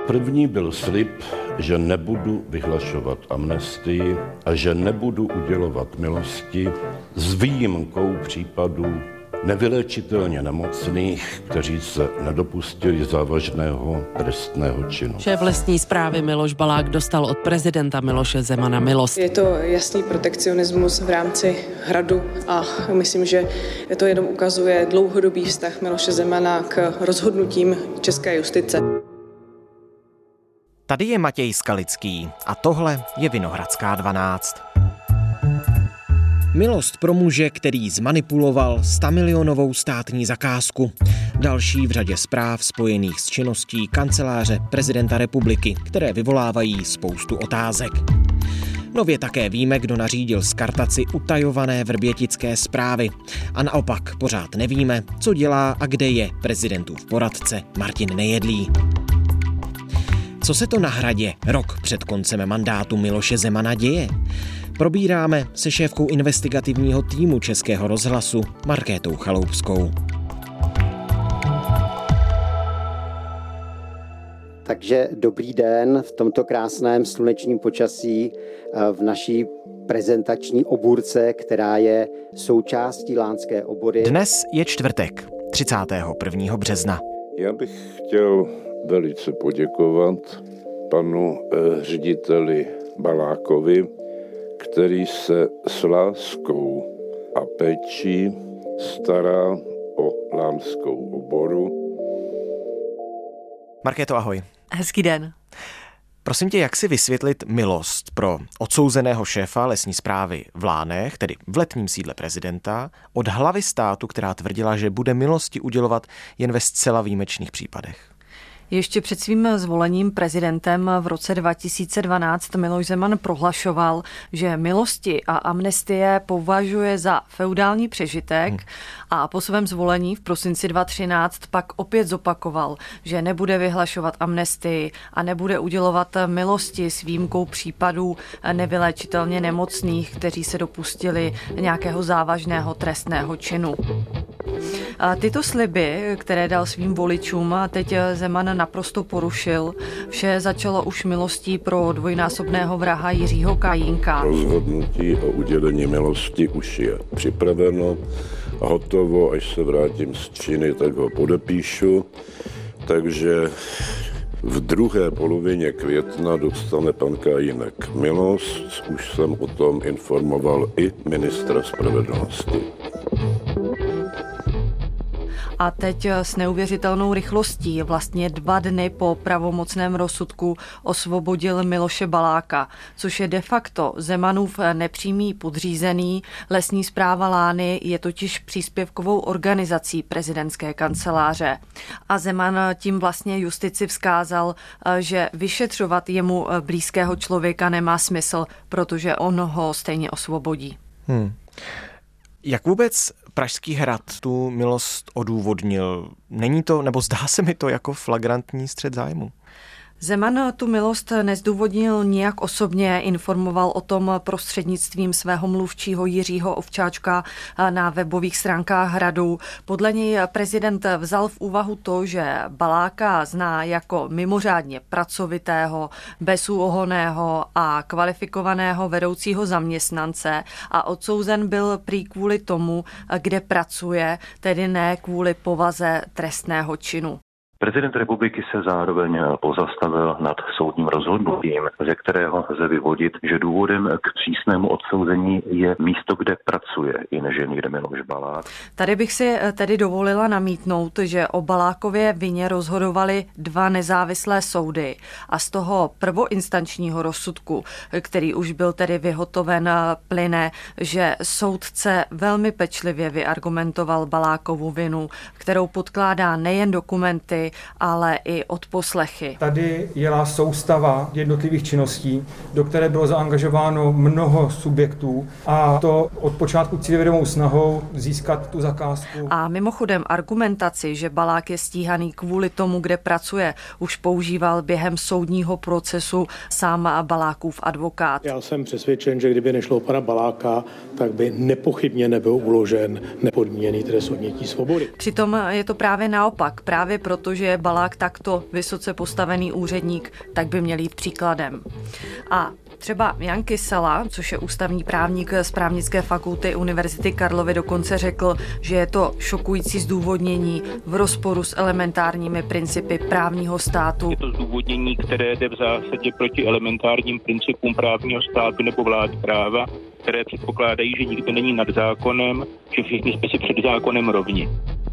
První byl slib, že nebudu vyhlašovat amnestii a že nebudu udělovat milosti s výjimkou případů nevyléčitelně nemocných, kteří se nedopustili závažného trestného činu. Šéf lesní správy Miloš Balák dostal od prezidenta Miloše Zemana milost. Je to jasný protekcionismus v rámci hradu a myslím, že to jenom ukazuje dlouhodobý vztah Miloše Zemana k rozhodnutím české justice. Tady je Matěj Skalický a tohle je Vinohradská 12. Milost pro muže, který zmanipuloval 100milionovou státní zakázku. Další v řadě zpráv spojených s činností kanceláře prezidenta republiky, které vyvolávají spoustu otázek. Nově také víme, kdo nařídil skartaci utajované vrbětické zprávy. A naopak pořád nevíme, co dělá a kde je prezidentův poradce Martin Nejedlý. Co se to na Hradě rok před koncem mandátu Miloše Zemana děje? Probíráme se šéfkou investigativního týmu Českého rozhlasu Markétou Chaloupskou. Takže dobrý den v tomto krásném slunečním počasí v naší prezentační obůrce, která je součástí Lánské obory. Dnes je čtvrtek, 31. března. Já bych chtěl velice poděkovat panu řediteli Balákovi, který se s láskou a péčí stará o lánskou oboru. Markéto, ahoj. Hezký den. Prosím tě, jak si vysvětlit milost pro odsouzeného šéfa lesní správy v Lánech, tedy v letním sídle prezidenta, od hlavy státu, která tvrdila, že bude milosti udělovat jen ve zcela výjimečných případech? Ještě před svým zvolením prezidentem v roce 2012 Miloš Zeman prohlašoval, že milosti a amnestie považuje za feudální přežitek a po svém zvolení v prosinci 2013 pak opět zopakoval, že nebude vyhlašovat amnestii a nebude udělovat milosti s výjimkou případů nevyléčitelně nemocných, kteří se dopustili nějakého závažného trestného činu. A tyto sliby, které dal svým voličům, teď Zeman naprosto porušil. Vše začalo už milostí pro dvojnásobného vraha Jiřího Kajínka. Rozhodnutí o udělení milosti už je připraveno, hotovo, až se vrátím z Číny, tak ho podepíšu. Takže v druhé polovině května dostane pan Kajínek milost. Už jsem o tom informoval i ministra spravedlnosti. A teď s neuvěřitelnou rychlostí, vlastně 2 dny po pravomocném rozsudku, osvobodil Miloše Baláka, což je de facto Zemanův nepřímý podřízený. Lesní správa Lány je totiž příspěvkovou organizací prezidentské kanceláře. A Zeman tím vlastně justici vzkázal, že vyšetřovat jemu blízkého člověka nemá smysl, protože on ho stejně osvobodí. Jak vůbec Pražský hrad tu milost odůvodnil? Není to, nebo zdá se mi to jako flagrantní střet zájmu? Zeman tu milost nezdůvodnil nijak osobně, informoval o tom prostřednictvím svého mluvčího Jiřího Ovčáčka na webových stránkách Hradu. Podle něj prezident vzal v úvahu to, že Baláka zná jako mimořádně pracovitého, bezúhonného a kvalifikovaného vedoucího zaměstnance a odsouzen byl prý kvůli tomu, kde pracuje, tedy ne kvůli povaze trestného činu. Prezident republiky se zároveň pozastavil nad soudním rozhodnutím, ze kterého lze vyvodit, že důvodem k přísnému odsouzení je místo, kde pracuje inženýr Miloš Balák. Tady bych si tedy dovolila namítnout, že o Balákově vině rozhodovaly 2 nezávislé soudy a z toho prvoinstančního rozsudku, který už byl tedy vyhotoven, plyne, že soudce velmi pečlivě vyargumentoval Balákovu vinu, kterou podkládá nejen dokumenty, ale i odposlechy. Tady jela soustava jednotlivých činností, do které bylo zaangažováno mnoho subjektů a to od počátku cílevědomou snahou získat tu zakázku. A mimochodem argumentaci, že Balák je stíhaný kvůli tomu, kde pracuje, už používal během soudního procesu sám Balákův advokát. Já jsem přesvědčen, že kdyby nešlo o pana Baláka, tak by nepochybně nebyl uložen nepodmíněný trest odnětí svobody. Přitom je to právě naopak, právě proto, protože je Balák takto vysoce postavený úředník, tak by měl jít příkladem. A třeba Jan Kysela, což je ústavní právník z právnické fakulty Univerzity Karlovy, dokonce řekl, že je to šokující zdůvodnění v rozporu s elementárními principy právního státu. Je to zdůvodnění, které jde v zásadě proti elementárním principům právního státu nebo vlády práva, které předpokládají, že nikdo není nad zákonem, že všichni jsme si před zákonem rovni.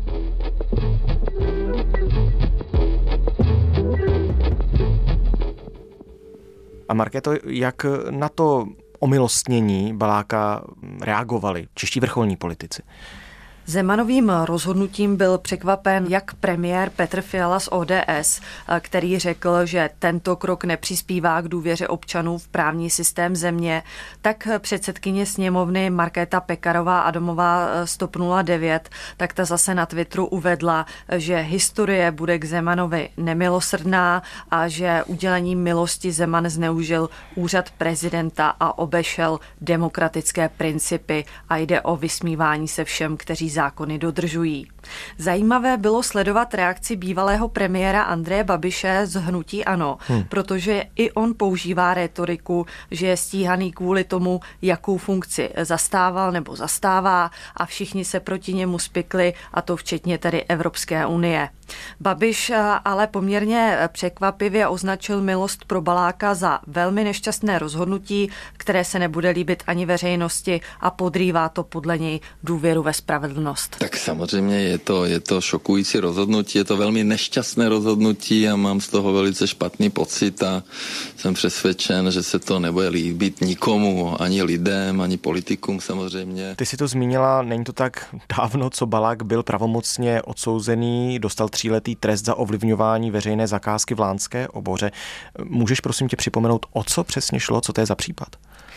A Markéto, jak na to omilostnění Baláka reagovali čeští vrcholní politici? Zemanovým rozhodnutím byl překvapen jak premiér Petr Fiala z ODS, který řekl, že tento krok nepřispívá k důvěře občanů v právní systém země, tak předsedkyně sněmovny Markéta Pekarová Adamová z TOP 09, tak ta zase na Twitteru uvedla, že historie bude k Zemanovi nemilosrdná a že udělením milosti Zeman zneužil úřad prezidenta a obešel demokratické principy a jde o vysmívání se všem, kteří zákony dodržují. Zajímavé bylo sledovat reakci bývalého premiéra Andreje Babiše z hnutí ANO, protože i on používá rétoriku, že je stíhaný kvůli tomu, jakou funkci zastával nebo zastává a všichni se proti němu spikli, a to včetně tedy Evropské unie. Babiš ale poměrně překvapivě označil milost pro Baláka za velmi nešťastné rozhodnutí, které se nebude líbit ani veřejnosti a podrývá to podle něj důvěru ve spravedlnost. Tak samozřejmě je to šokující rozhodnutí, je to velmi nešťastné rozhodnutí a mám z toho velice špatný pocit a jsem přesvědčen, že se to nebude líbit nikomu, ani lidem, ani politikům samozřejmě. Ty si to zmínila, není to tak dávno, co Balák byl pravomocně odsouzený, dostal 3letý trest za ovlivňování veřejné zakázky v Lánské Oboře. Můžeš prosím tě připomenout, o co přesně šlo, co to je za případ?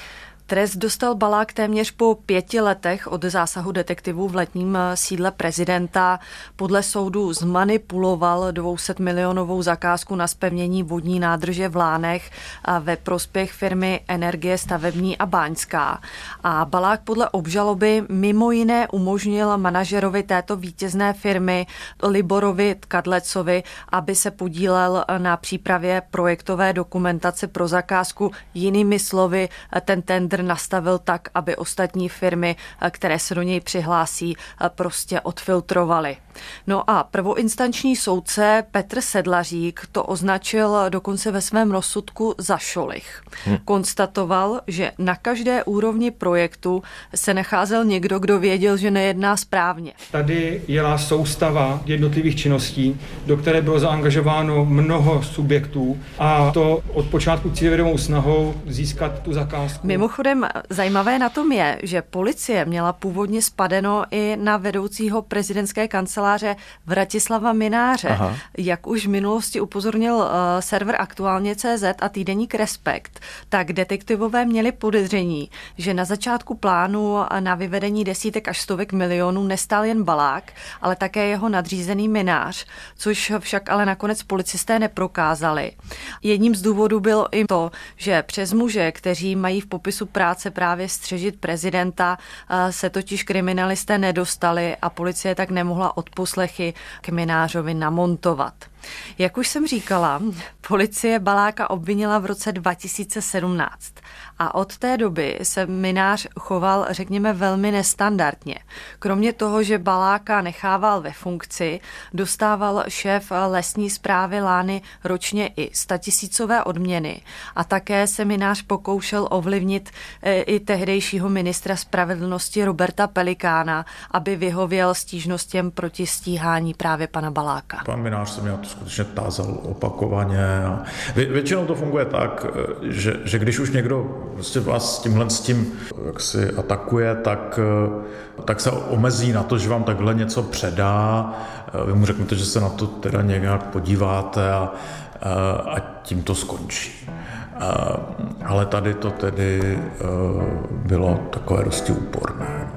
Trest dostal Balák téměř po 5 letech od zásahu detektivů v letním sídle prezidenta. Podle soudu zmanipuloval 200 milionovou zakázku na zpevnění vodní nádrže v Lánech ve prospěch firmy Energie stavební a báňská. A Balák podle obžaloby mimo jiné umožnil manažerovi této vítězné firmy Liborovi Tkadlecovi, aby se podílel na přípravě projektové dokumentace pro zakázku. Jinými slovy, ten tendr nastavil tak, aby ostatní firmy, které se do něj přihlásí, prostě odfiltrovaly. No a prvoinstanční soudce Petr Sedlařík to označil dokonce ve svém rozsudku za šolich. Konstatoval, že na každé úrovni projektu se nacházel někdo, kdo věděl, že nejedná správně. Tady jela soustava jednotlivých činností, do které bylo zaangažováno mnoho subjektů a to od počátku cílevědomou snahou získat tu zakázku. Mimochodem zajímavé na tom je, že policie měla původně spadeno i na vedoucího prezidentské kanceláře Vratislava Mynáře. Aha. Jak už v minulosti upozornil server Aktuálně.cz a týdeník Respekt, tak detektivové měli podezření, že na začátku plánu na vyvedení desítek až stovek milionů nestál jen Balák, ale také jeho nadřízený Mynář, což však ale nakonec policisté neprokázali. Jedním z důvodů bylo i to, že přes muže, kteří mají v popisu práce právě střežit prezidenta, se totiž kriminalisté nedostali a policie tak nemohla odposlechy k Mynářovi namontovat. Jak už jsem říkala, policie Baláka obvinila v roce 2017 a od té doby se Mynář choval, řekněme, velmi nestandardně. Kromě toho, že Baláka nechával ve funkci, dostával šéf lesní správy Lány ročně i 100 000 odměny a také se Mynář pokoušel ovlivnit i tehdejšího ministra spravedlnosti Roberta Pelikána, aby vyhověl stížnostem proti stíhání právě pana Baláka. Pan Mynář se mě na to skutečně tázal opakovaně. Většinou to funguje tak, že když už někdo prostě vás s tím jak si atakuje, tak se omezí na to, že vám takhle něco předá. Vy mu řeknete, že se na to teda nějak podíváte a tím to skončí. Ale tady to tedy bylo takové dosti úporné.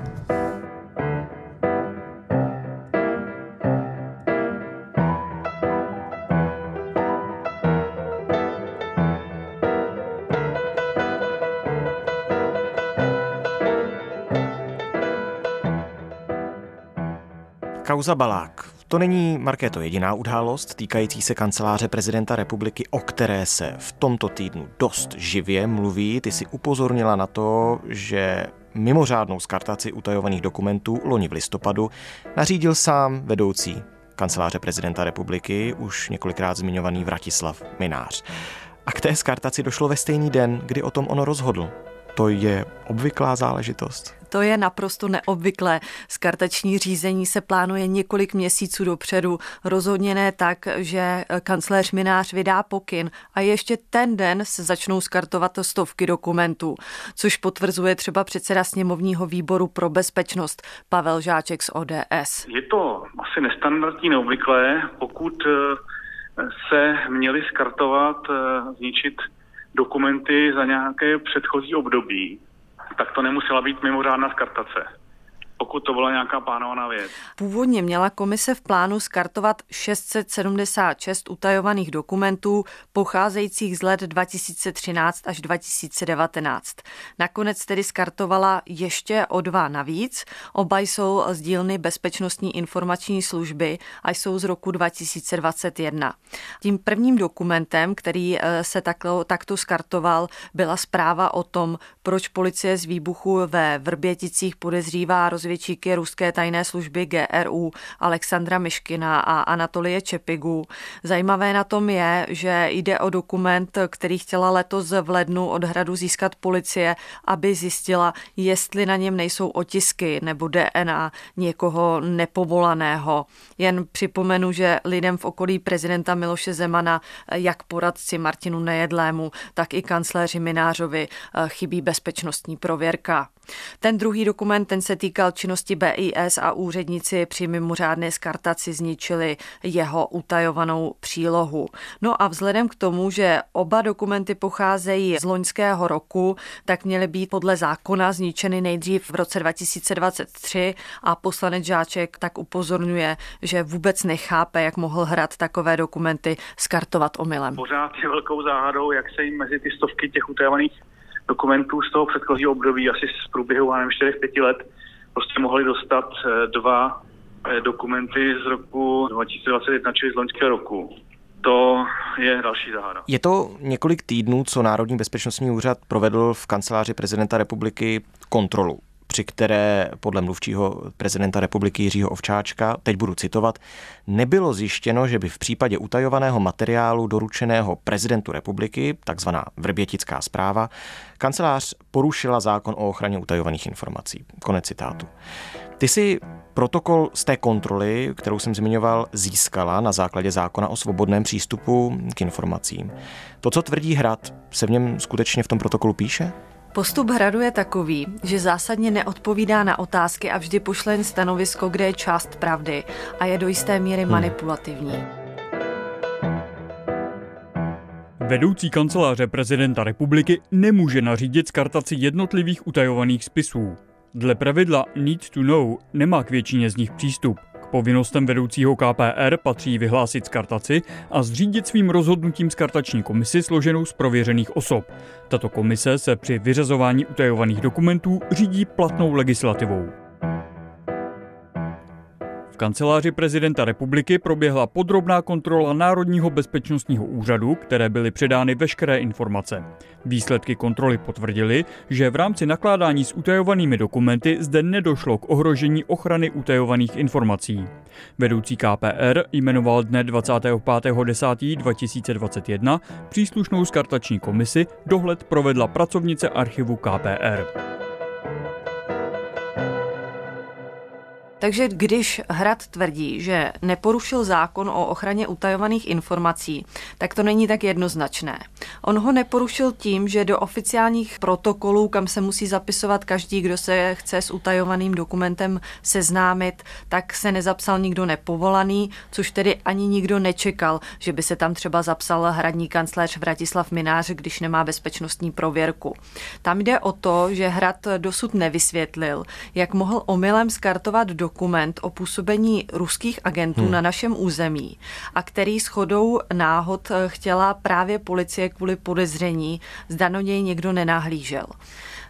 Kauza Balák. To není, Markéto, jediná událost týkající se kanceláře prezidenta republiky, o které se v tomto týdnu dost živě mluví. Ty si upozornila na to, že mimořádnou skartaci utajovaných dokumentů loni v listopadu nařídil sám vedoucí kanceláře prezidenta republiky, už několikrát zmiňovaný Vratislav Mynář. A k té skartaci došlo ve stejný den, kdy o tom on rozhodl. To je obvyklá záležitost? To je naprosto neobvyklé. Skartační řízení se plánuje několik měsíců dopředu. Rozhodně ne tak, že kancléř Mynář vydá pokyn a ještě ten den se začnou skartovat stovky dokumentů, což potvrzuje třeba předseda sněmovního výboru pro bezpečnost Pavel Žáček z ODS. Je to asi nestandardní, neobvyklé, pokud se měly skartovat, zničit dokumenty za nějaké předchozí období, tak to nemusela být mimořádná skartace, pokud to byla nějaká plánovaná věc. Původně měla komise v plánu skartovat 676 utajovaných dokumentů pocházejících z let 2013 až 2019. Nakonec tedy skartovala ještě o 2 navíc. Oba jsou z dílny Bezpečnostní informační služby a jsou z roku 2021. Tím prvním dokumentem, který se takto skartoval, byla zpráva o tom, proč policie z výbuchu ve Vrběticích podezřívá rozvědčíky ruské tajné služby GRU Alexandra Myškina a Anatolie Čepigu. Zajímavé na tom je, že jde o dokument, který chtěla letos v lednu od Hradu získat policie, aby zjistila, jestli na něm nejsou otisky nebo DNA někoho nepovolaného. Jen připomenu, že lidem v okolí prezidenta Miloše Zemana, jak poradci Martinu Nejedlému, tak i kancléři Mynářovi chybí bezpečnostní prověrka. Ten druhý dokument, ten se týkal činnosti BIS a úředníci při mimořádné skartaci zničili jeho utajovanou přílohu. No a vzhledem k tomu, že oba dokumenty pocházejí z loňského roku, tak měly být podle zákona zničeny nejdřív v roce 2023 a poslanec Žáček tak upozorňuje, že vůbec nechápe, jak mohl Hrad takové dokumenty skartovat omylem. Pořád je velkou záhadou, jak se jim mezi ty stovky těch utajovaných dokumentů z toho předchozího období, asi z průběhu 4-5 let, prostě mohli dostat 2 dokumenty z roku 2021, čili z loňského roku. To je další záhada. Je to několik týdnů, co Národní bezpečnostní úřad provedl v kanceláři prezidenta republiky kontrolu, při které podle mluvčího prezidenta republiky Jiřího Ovčáčka, teď budu citovat, nebylo zjištěno, že by v případě utajovaného materiálu doručeného prezidentu republiky, takzvaná vrbětická zpráva, kancelář porušila zákon o ochraně utajovaných informací. Konec citátu. Ty si protokol z té kontroly, kterou jsem zmiňoval, získala na základě zákona o svobodném přístupu k informacím. To, co tvrdí Hrad, se v něm skutečně v tom protokolu píše? Postup Hradu je takový, že zásadně neodpovídá na otázky a vždy pošle jen stanovisko, kde je část pravdy a je do jisté míry manipulativní. Vedoucí kanceláře prezidenta republiky nemůže nařídit skartaci jednotlivých utajovaných spisů. Dle pravidla Need to Know nemá k většině z nich přístup. K povinnostem vedoucího KPR patří vyhlásit skartaci a zřídit svým rozhodnutím skartační komisi složenou z prověřených osob. Tato komise se při vyřazování utajovaných dokumentů řídí platnou legislativou. V kanceláři prezidenta republiky proběhla podrobná kontrola Národního bezpečnostního úřadu, které byly předány veškeré informace. Výsledky kontroly potvrdily, že v rámci nakládání s utajovanými dokumenty zde nedošlo k ohrožení ochrany utajovaných informací. Vedoucí KPR jmenoval dne 25.10.2021 příslušnou skartační komisi, dohled provedla pracovnice archivu KPR. Takže když Hrad tvrdí, že neporušil zákon o ochraně utajovaných informací, tak to není tak jednoznačné. On ho neporušil tím, že do oficiálních protokolů, kam se musí zapisovat každý, kdo se chce s utajovaným dokumentem seznámit, tak se nezapsal nikdo nepovolaný, což tedy ani nikdo nečekal, že by se tam třeba zapsal hradní kancléř Vratislav Mynář, když nemá bezpečnostní prověrku. Tam jde o to, že Hrad dosud nevysvětlil, jak mohl omylem skartovat dokument o působení ruských agentů na našem území a který shodou náhod chtěla právě policie kvůli podezření, zda na něj někdo nenahlížel.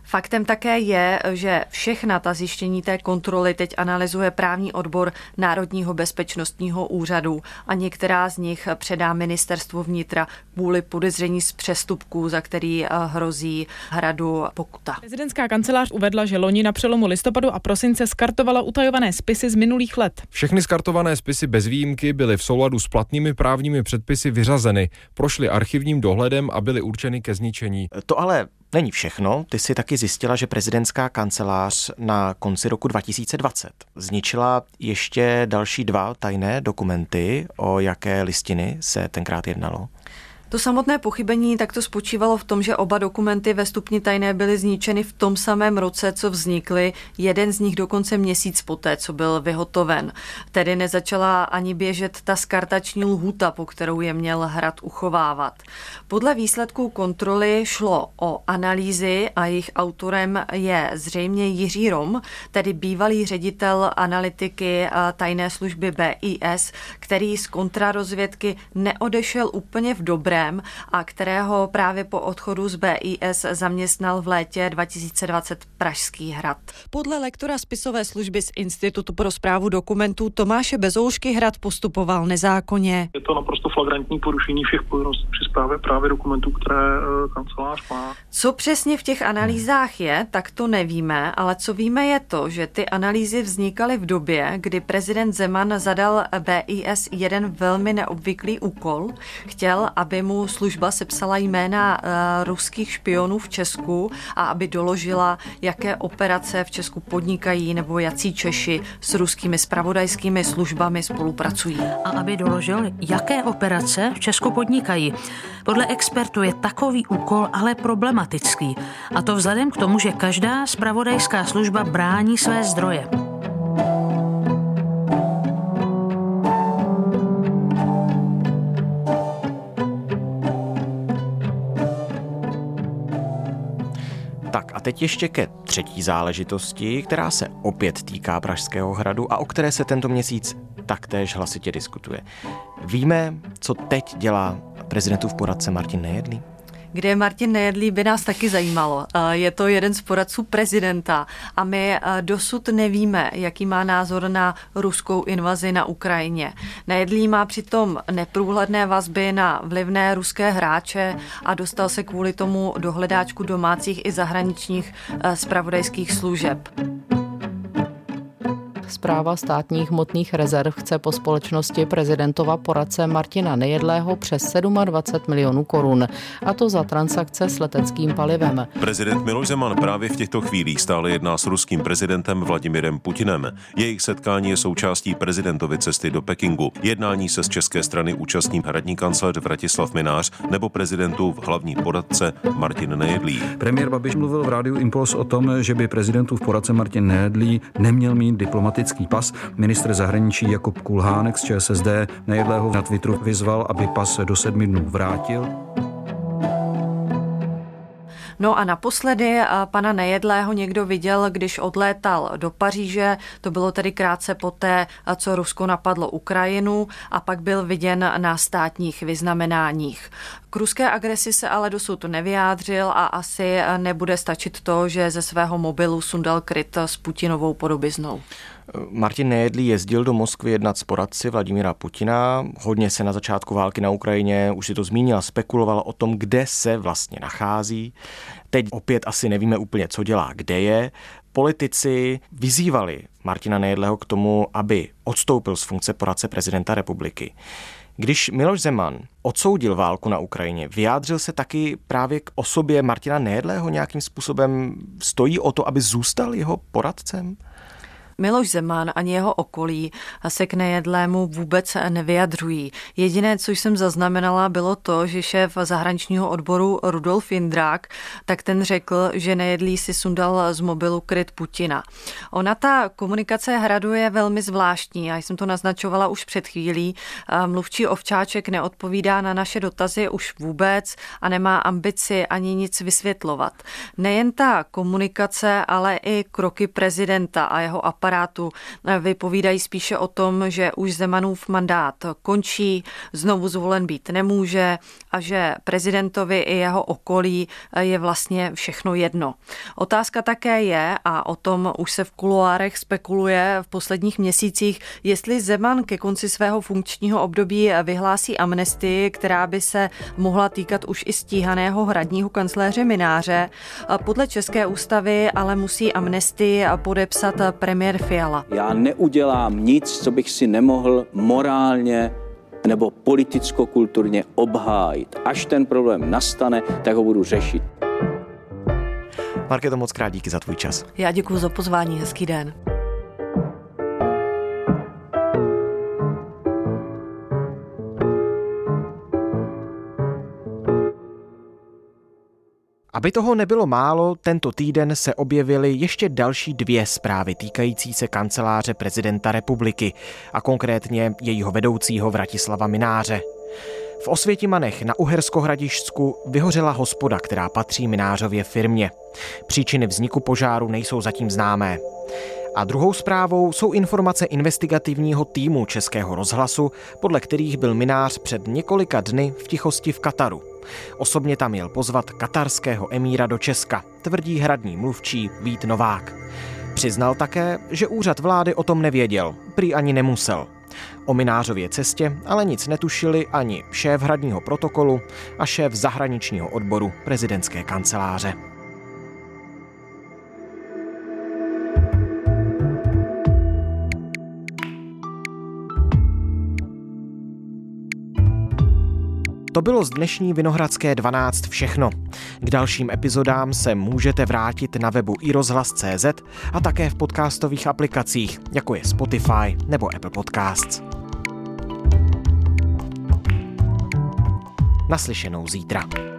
Faktem také je, že všechna ta zjištění té kontroly teď analyzuje právní odbor Národního bezpečnostního úřadu a některá z nich předá ministerstvu vnitra kvůli podezření z přestupků, za který hrozí Hradu pokuta. Prezidentská kancelář uvedla, že loni na přelomu listopadu a prosince skartovala utajované spisy z minulých let. Všechny skartované spisy bez výjimky byly v souladu s platnými právními předpisy vyřazeny, prošly archivním dohledem a byly určeny ke zničení. To ale není všechno. Ty si taky zjistila, že prezidentská kancelář na konci roku 2020 zničila ještě další 2 tajné dokumenty. O jaké listiny se tenkrát jednalo? To samotné pochybení takto spočívalo v tom, že oba dokumenty ve stupni tajné byly zničeny v tom samém roce, co vznikly, jeden z nich dokonce měsíc poté, co byl vyhotoven. Tedy nezačala ani běžet ta skartační lhůta, po kterou je měl Hrad uchovávat. Podle výsledků kontroly šlo o analýzy a jejich autorem je zřejmě Jiří Rom, tedy bývalý ředitel analytiky tajné služby BIS, který z kontrarozvědky neodešel úplně v dobré a kterého právě po odchodu z BIS zaměstnal v létě 2020 Pražský Hrad. Podle lektora spisové služby z Institutu pro správu dokumentů Tomáše Bezoušky Hrad postupoval nezákonně. Je to naprosto flagrantní porušení všech povinností při správě právě dokumentů, které kancelář má. Co přesně v těch analýzách je, tak to nevíme, ale co víme je to, že ty analýzy vznikaly v době, kdy prezident Zeman zadal BIS jeden velmi neobvyklý úkol. Chtěl, aby mu služba sepsala jména ruských špionů v Česku a aby doložila, jaké operace v Česku podnikají nebo jací Češi s ruskými zpravodajskými službami spolupracují. A aby doložil, jaké operace v Česku podnikají. Podle expertů je takový úkol ale problematický. A to vzhledem k tomu, že každá zpravodajská služba brání své zdroje. Tak a teď ještě ke třetí záležitosti, která se opět týká Pražského hradu a o které se tento měsíc taktéž hlasitě diskutuje. Víme, co teď dělá prezidentův poradce Martin Nejedlý? Kde je Martin Nejedlý, by nás taky zajímalo. Je to jeden z poradců prezidenta a my dosud nevíme, jaký má názor na ruskou invazi na Ukrajině. Nejedlý má přitom neprůhledné vazby na vlivné ruské hráče a dostal se kvůli tomu do hledáčku domácích i zahraničních zpravodajských služeb. Správa státních hmotných rezerv chce po společnosti prezidentova poradce Martina Nejedlého přes 27 milionů korun, a to za transakce s leteckým palivem. Prezident Miloš Zeman právě v těchto chvílích stále jedná s ruským prezidentem Vladimirem Putinem. Jejich setkání je součástí prezidentovy cesty do Pekingu. Jednání se z české strany účastní hradní kancléř Vratislav Mynář nebo prezidentův hlavní poradce Martin Nejedlý. Premiér Babiš mluvil v rádiu Impuls o tom, že by prezidentův poradce Martin Nejedlý neměl mít diplomatický pas. Ministr zahraničí Jakub Kulhánek z ČSSD Nejedlého na Twitteru vyzval, aby pas do 7 dnů vrátil. No a naposledy pana Nejedlého někdo viděl, když odlétal do Paříže, to bylo tedy krátce poté, co Rusko napadlo Ukrajinu, a pak byl viděn na státních vyznamenáních. K ruské agresi se ale dosud nevyjádřil a asi nebude stačit to, že ze svého mobilu sundal kryt s Putinovou podobiznou. Martin Nejedlý jezdil do Moskvy jednat s poradci Vladimíra Putina. Hodně se na začátku války na Ukrajině, už si to zmínila, spekuloval o tom, kde se vlastně nachází. Teď opět asi nevíme úplně, co dělá, kde je. Politici vyzývali Martina Nejedlého k tomu, aby odstoupil z funkce poradce prezidenta republiky. Když Miloš Zeman odsoudil válku na Ukrajině, vyjádřil se taky právě k osobě Martina Nejedlého nějakým způsobem? Stojí o to, aby zůstal jeho poradcem? Miloš Zeman ani jeho okolí se k Nejedlému vůbec nevyjadřují. Jediné, co jsem zaznamenala, bylo to, že šéf zahraničního odboru Rudolf Jindrák, tak ten řekl, že Nejedlý si sundal z mobilu kryt Putina. Ona ta komunikace Hradu je velmi zvláštní, já jsem to naznačovala už před chvílí. Mluvčí Ovčáček neodpovídá na naše dotazy už vůbec a nemá ambici ani nic vysvětlovat. Nejen ta komunikace, ale i kroky prezidenta a jeho aparátu aparátu vypovídají spíše o tom, že už Zemanův mandát končí, znovu zvolen být nemůže a že prezidentovi i jeho okolí je vlastně všechno jedno. Otázka také je, a o tom už se v kuloárech spekuluje v posledních měsících, jestli Zeman ke konci svého funkčního období vyhlásí amnestii, která by se mohla týkat už i stíhaného hradního kancléře Mynáře. Podle české ústavy ale musí amnestii podepsat premiér Fiala. Já neudělám nic, co bych si nemohl morálně nebo politicko-kulturně obhájit. Až ten problém nastane, tak ho budu řešit. Markéto, moc krát díky za tvůj čas. Já děkuji za pozvání, hezký den. Aby toho nebylo málo, tento týden se objevily ještě další 2 zprávy týkající se kanceláře prezidenta republiky a konkrétně jejího vedoucího Vratislava Mynáře. V Osvětimanech na Uherskohradišťsku vyhořela hospoda, která patří Mynářově firmě. Příčiny vzniku požáru nejsou zatím známé. A druhou zprávou jsou informace investigativního týmu Českého rozhlasu, podle kterých byl Mynář před několika dny v tichosti v Kataru. Osobně tam jel pozvat katarského emíra do Česka, tvrdí hradní mluvčí Vít Novák. Přiznal také, že úřad vlády o tom nevěděl, prý ani nemusel. O Mynářově cestě ale nic netušili ani šéf hradního protokolu a šéf zahraničního odboru prezidentské kanceláře. To bylo z dnešní Vinohradské 12 všechno. K dalším epizodám se můžete vrátit na webu iRozhlas.cz a také v podcastových aplikacích, jako je Spotify nebo Apple Podcasts. Naslyšenou zítra.